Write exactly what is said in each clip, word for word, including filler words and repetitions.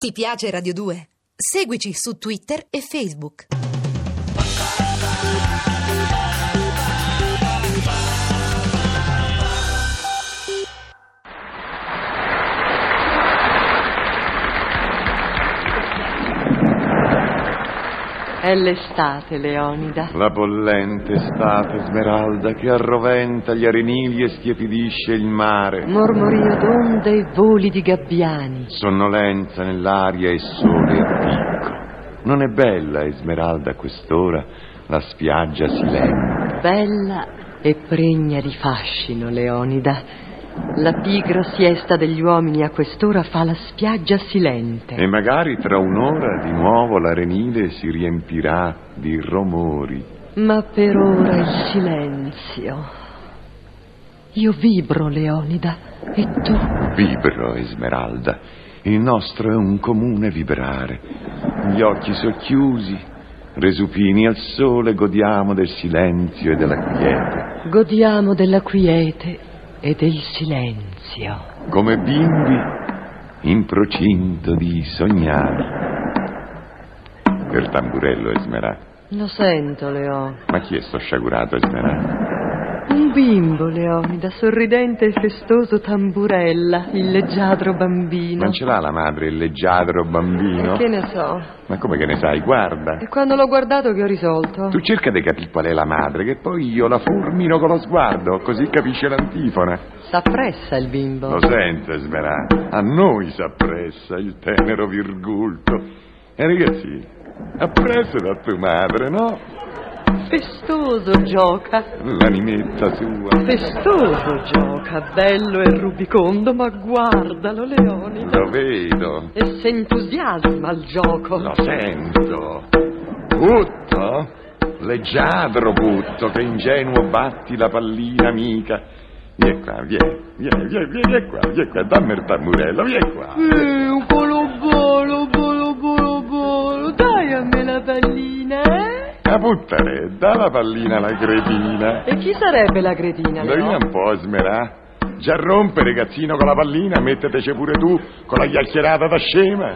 Ti piace Radio due? Seguici su Twitter e Facebook. È l'estate, Leonida. La pollente estate, Smeralda, che arroventa gli arenili e stiepidisce il mare. Mormorio d'onde e voli di gabbiani. Sonnolenza nell'aria e sole a picco. Non è bella, Esmeralda, a quest'ora, la spiaggia silente? Bella e pregna di fascino, Leonida. La pigra siesta degli uomini a quest'ora fa la spiaggia silente. E magari tra un'ora di nuovo l'arenile si riempirà di rumori. Ma per ora il silenzio. Io vibro, Leonida, e tu? Vibro, Esmeralda. Il nostro è un comune vibrare. Gli occhi socchiusi, resupini al sole, godiamo del silenzio e della quiete. Godiamo della quiete e del silenzio. Come bimbi in procinto di sognare. Per tamburello, Esmeralda. Lo sento, Leo. Ma chi è sto sciagurato, Esmeralda? Un bimbo, Leonida, sorridente e festoso tamburella, il leggiadro bambino. Non ce l'ha la madre il leggiadro bambino? E che ne so. Ma come che ne sai? Guarda. E quando l'ho guardato che ho risolto? Tu cerca di capire qual è la madre, che poi io la fulmino con lo sguardo, così capisce l'antifona. S'appressa il bimbo. Lo sente, Esmeralda? A noi s'appressa il tenero virgulto. E ragazzi, appresso da tua madre, no? Festoso gioca. L'animetta sua. Festoso gioca, bello e rubicondo, ma guardalo, Leonida. Lo vedo. E si entusiasma al gioco. Lo sento. Butto? Leggiadro butto, che ingenuo batti la pallina amica. Vieni qua, vieni, vieni, vieni, vieni qua, vieni qua, dammi il tamburello, vieni qua. Eh, un bolo bolo, bolo bolo bolo, dai a me la pallina, eh? La buttare, dà la pallina alla cretina. E chi sarebbe la cretina, Indovina un po', Smerà. Già rompe, ragazzino, con la pallina, metteteci pure tu con la chiacchierata da scema.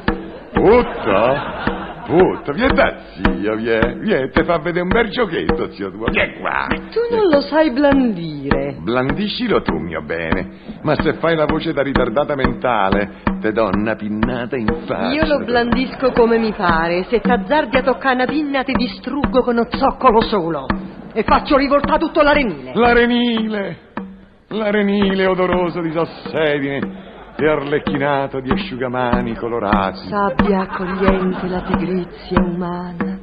Butta, butta, vieni da zio, vieni, vieni, te fa vedere un bel giochetto, zio tuo, vieni qua. Tu non lo sai blandire. Blandiscilo tu, mio bene, ma se fai la voce da ritardata mentale, te do una pinnata in faccia. Io lo blandisco come mi pare, se t'azzardi a toccare una pinna ti distruggo con uno zoccolo solo e faccio rivoltare tutto l'arenile. L'arenile, l'arenile odoroso di sassedine e arlecchinato di asciugamani colorati. Sabbia accogliente la pigrizia umana.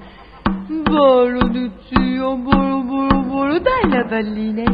Volo di zio, volo, volo, volo, dai la pallina.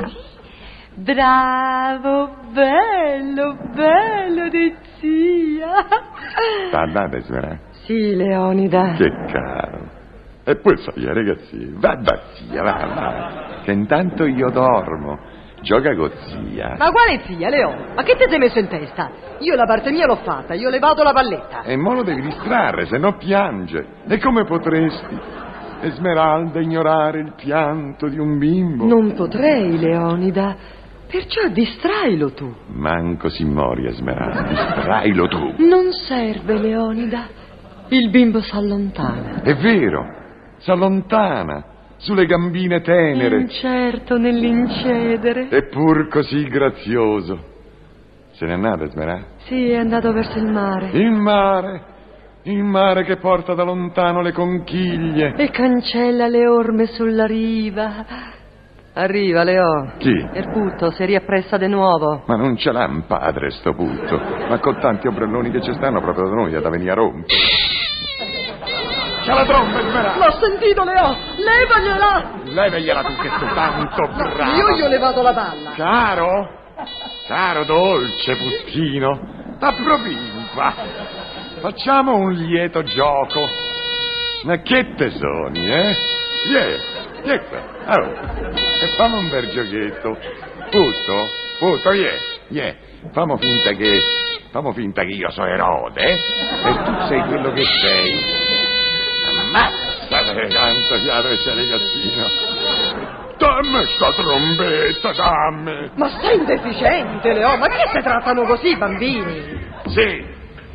Bravo, bello, bello di zia. Andate, Smerà. Sì, Leonida. Che caro. E poi sai, ragazzi, va da zia, va, va, che intanto io dormo. Gioca con zia. Ma quale zia, Leo? Ma che ti sei messo in testa? Io la parte mia l'ho fatta, io ho levato la palletta. E mo lo devi distrarre, se no piange. E come potresti, Esmeralda, ignorare il pianto di un bimbo? Non potrei, Leonida. Perciò distrailo tu. Manco si mori, Esmeralda, distrailo tu. Non serve, Leonida. Il bimbo s'allontana. È vero, s'allontana. Sulle gambine tenere. Incerto nell'incedere. Eppur così grazioso. Se n'è andato, Esmeralda? Sì, è andato verso il mare. Il mare, il mare che porta da lontano le conchiglie. E cancella le orme sulla riva. Arriva, Leo. Chi? Il putto si riappressa di nuovo. Ma non ce l'ha un padre sto putto. Ma con tanti ombrelloni che ci stanno proprio da noi è da venire a rompere. C'ha la tromba, Esmeralda! L'ho sentito, Leo! Levagliela! Levagliela tu che sei tanto bravo! Io gli ho levato la palla! Caro? Caro dolce puttino! Approvimpa! Facciamo un lieto gioco! Ma che tesoni, eh? Vieni, vieni qua! Oh. E fammo un bel giochetto! Putto? Putto, vieni, vieni! Fammo finta che... Fammo finta che io sono Erode, eh? E tu sei quello che sei! Ammazzate tanto chiaro che sei ragazzino. Dammi sta trombetta, dammi. Ma sei un deficiente, Leo, ma che si trattano così i bambini? Sì,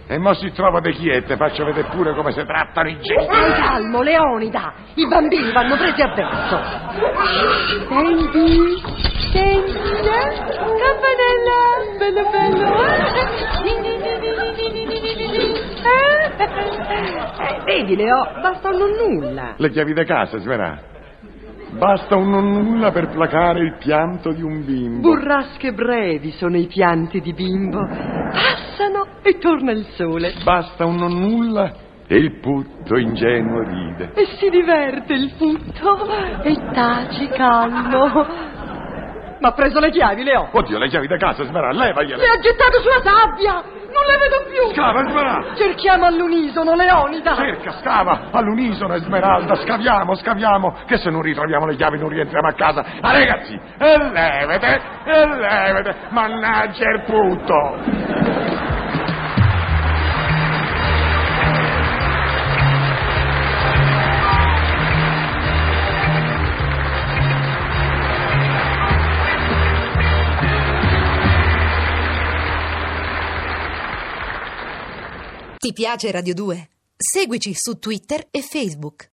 E mo si trova de chiette, faccio vedere pure come si trattano i genitori. Stai calmo, Leonida. I bambini vanno presi addosso. Senti, senti, eh? Campanella, bello bello. Eh? Eh, vedi, Leo, basta un nonnulla. Le chiavi da casa, Smerà. Basta un nonnulla per placare il pianto di un bimbo. Burrasche brevi sono i pianti di bimbo. Passano e torna il sole. Basta un nonnulla e il putto ingenuo ride. E si diverte il putto e taci calmo. Ma ha preso le chiavi, Leo. Oddio, le chiavi da casa, Smerà, levagliele. Le ha gettate sulla sabbia. Non le vedo più. Scava, Smerà. Cerchiamo all'unisono, Leonida. Cerca, scava, all'unisono, Esmeralda, scaviamo, scaviamo, che se non ritroviamo le chiavi non rientriamo a casa. Ah, ragazzi, e levete, e levete, mannaggia il putto. Ti piace Radio due? Seguici su Twitter e Facebook.